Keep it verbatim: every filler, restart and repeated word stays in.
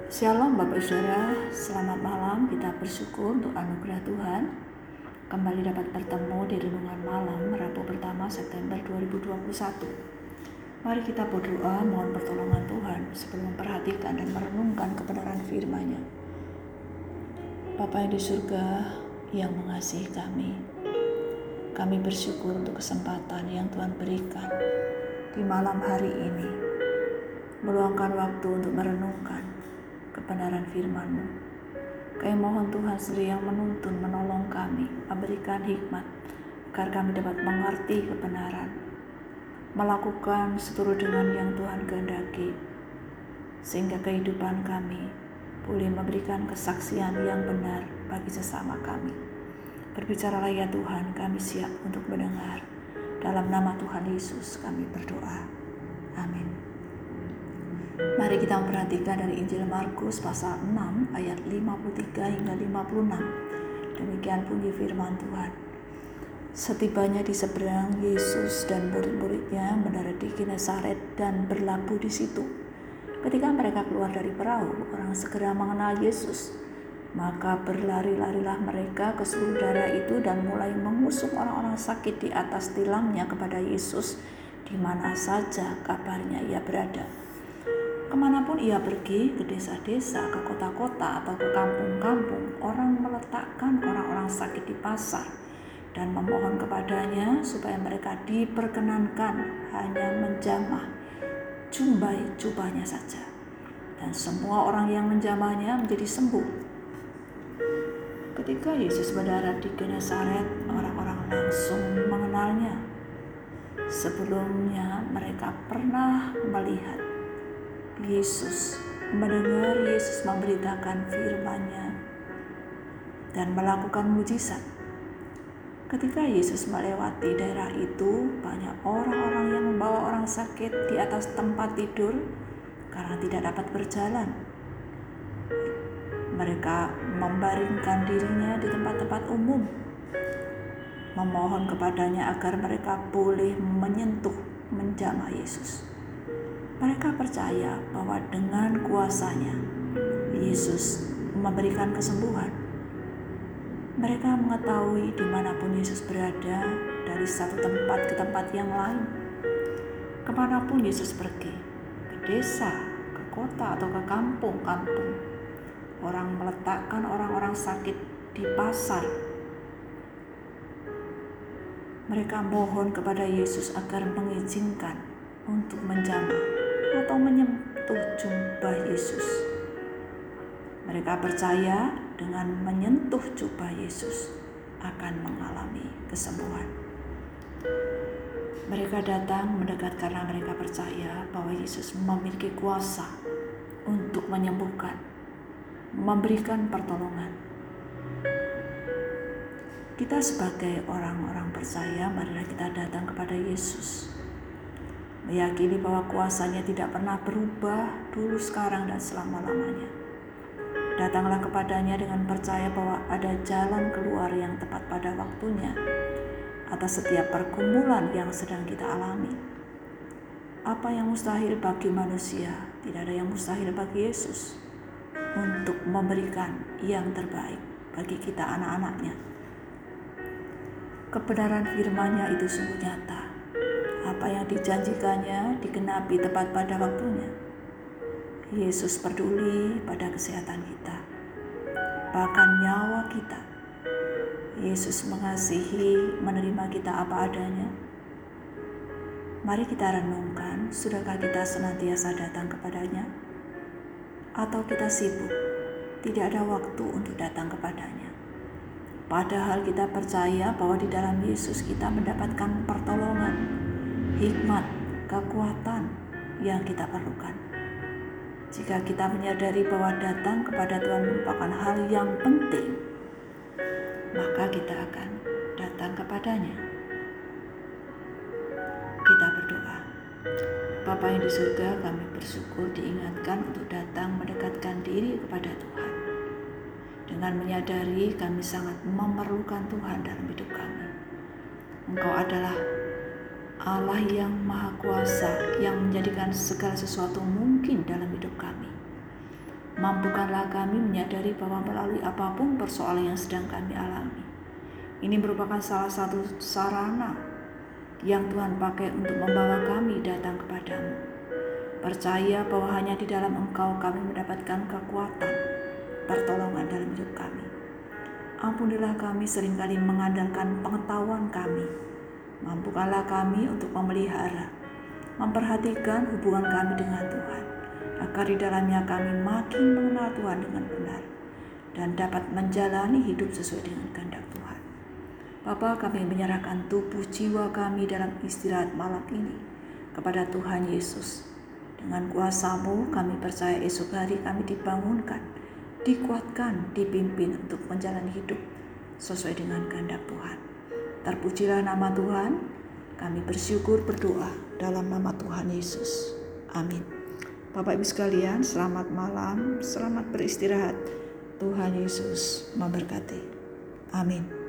Shalom Bapak Saudara, selamat malam. Kita bersyukur untuk anugerah Tuhan kembali dapat bertemu di renungan malam Rabu pertama September dua ribu dua puluh satu. Mari kita berdoa mohon pertolongan Tuhan sebelum memperhatikan dan merenungkan kebenaran firman-Nya. Bapa yang di surga yang mengasihi kami, kami bersyukur untuk kesempatan yang Tuhan berikan di malam hari ini, meluangkan waktu untuk merenungkan kebenaran firman-Mu. Kami mohon Tuhan sendiri yang menuntun, menolong kami, memberikan hikmat agar kami dapat mengerti kebenaran, melakukan seturut dengan yang Tuhan kehendaki, sehingga kehidupan kami boleh memberikan kesaksian yang benar bagi sesama kami. Berbicaralah ya Tuhan, kami siap untuk mendengar. Dalam nama Tuhan Yesus kami berdoa. Amin. Mari kita memperhatikan dari Injil Markus pasal enam ayat lima puluh tiga hingga lima puluh enam. Demikian bunyi firman Tuhan. Setibanya di seberang, Yesus dan murid-muridnya mendarat di Genesaret dan berlabuh di situ. Ketika mereka keluar dari perahu, orang segera mengenal Yesus. Maka berlari-larilah mereka ke seluruh daerah itu dan mulai mengusung orang-orang sakit di atas tilangnya kepada Yesus, di mana saja kabarnya ia berada. Kemanapun ia pergi, ke desa-desa, ke kota-kota, atau ke kampung-kampung, orang meletakkan orang-orang sakit di pasar dan memohon kepadanya supaya mereka diperkenankan hanya menjamah jumbai jubahnya saja. Dan semua orang yang menjamahnya menjadi sembuh. Ketika Yesus mendarat di Genesaret, orang-orang langsung mengenalnya. Sebelumnya mereka pernah melihat Yesus, mendengar Yesus memberitakan firman-Nya dan melakukan mujizat. Ketika Yesus melewati daerah itu, banyak orang-orang yang membawa orang sakit di atas tempat tidur karena tidak dapat berjalan. Mereka membaringkan dirinya di tempat-tempat umum, memohon kepadanya agar mereka boleh menyentuh, menjamah Yesus. Mereka percaya bahwa dengan kuasanya Yesus memberikan kesembuhan. Mereka mengetahui dimanapun Yesus berada, dari satu tempat ke tempat yang lain. Kemanapun Yesus pergi, ke desa, ke kota, atau ke kampung-kampung, orang meletakkan orang-orang sakit di pasar. Mereka mohon kepada Yesus agar mengizinkan untuk menjamah atau menyentuh jubah Yesus. Mereka percaya dengan menyentuh jubah Yesus akan mengalami kesembuhan. Mereka datang mendekat karena mereka percaya bahwa Yesus memiliki kuasa untuk menyembuhkan, memberikan pertolongan. Kita sebagai orang-orang percaya, marilah kita datang kepada Yesus, meyakini bahwa kuasanya tidak pernah berubah dulu, sekarang, dan selama-lamanya. Datanglah kepadanya dengan percaya bahwa ada jalan keluar yang tepat pada waktunya atas setiap pergumulan yang sedang kita alami. Apa yang mustahil bagi manusia, tidak ada yang mustahil bagi Yesus untuk memberikan yang terbaik bagi kita anak-anaknya. Kebenaran firman-Nya itu sungguh nyata. Apa yang dijanjikannya digenapi tepat pada waktunya. Yesus peduli pada kesehatan kita, bahkan nyawa kita. Yesus mengasihi, menerima kita apa adanya. Mari kita renungkan, sudahkah kita senantiasa datang kepadanya? Atau kita sibuk, tidak ada waktu untuk datang kepadanya? Padahal kita percaya bahwa di dalam Yesus kita mendapatkan pertolongan, hikmat, kekuatan yang kita perlukan. Jika kita menyadari bahwa datang kepada Tuhan merupakan hal yang penting, maka kita akan datang kepadanya. Kita berdoa. Bapa yang di surga, kami bersyukur diingatkan untuk datang mendekatkan diri kepada Tuhan. Dengan menyadari kami sangat memerlukan Tuhan dalam hidup kami. Engkau adalah Allah yang Maha Kuasa, yang menjadikan segala sesuatu mungkin dalam hidup kami. Mampukanlah kami menyadari bahwa melalui apapun persoalan yang sedang kami alami, ini merupakan salah satu sarana yang Tuhan pakai untuk membawa kami datang kepadamu. Percaya bahwa hanya di dalam Engkau kami mendapatkan kekuatan, pertolongan dalam hidup kami. Ampunilah kami seringkali mengandalkan pengetahuan kami. Mampukanlah kami untuk memelihara, memperhatikan hubungan kami dengan Tuhan, agar di dalamnya kami makin mengenal Tuhan dengan benar dan dapat menjalani hidup sesuai dengan kehendak Tuhan. Bapa, kami menyerahkan tubuh jiwa kami dalam istirahat malam ini kepada Tuhan Yesus. Dengan kuasa-Mu kami percaya esok hari kami dibangunkan, dikuatkan, dipimpin untuk menjalani hidup sesuai dengan kehendak Tuhan. Terpujilah nama Tuhan. Kami bersyukur berdoa dalam nama Tuhan Yesus. Amin. Bapak Ibu sekalian, selamat malam, selamat beristirahat. Tuhan Yesus memberkati. Amin.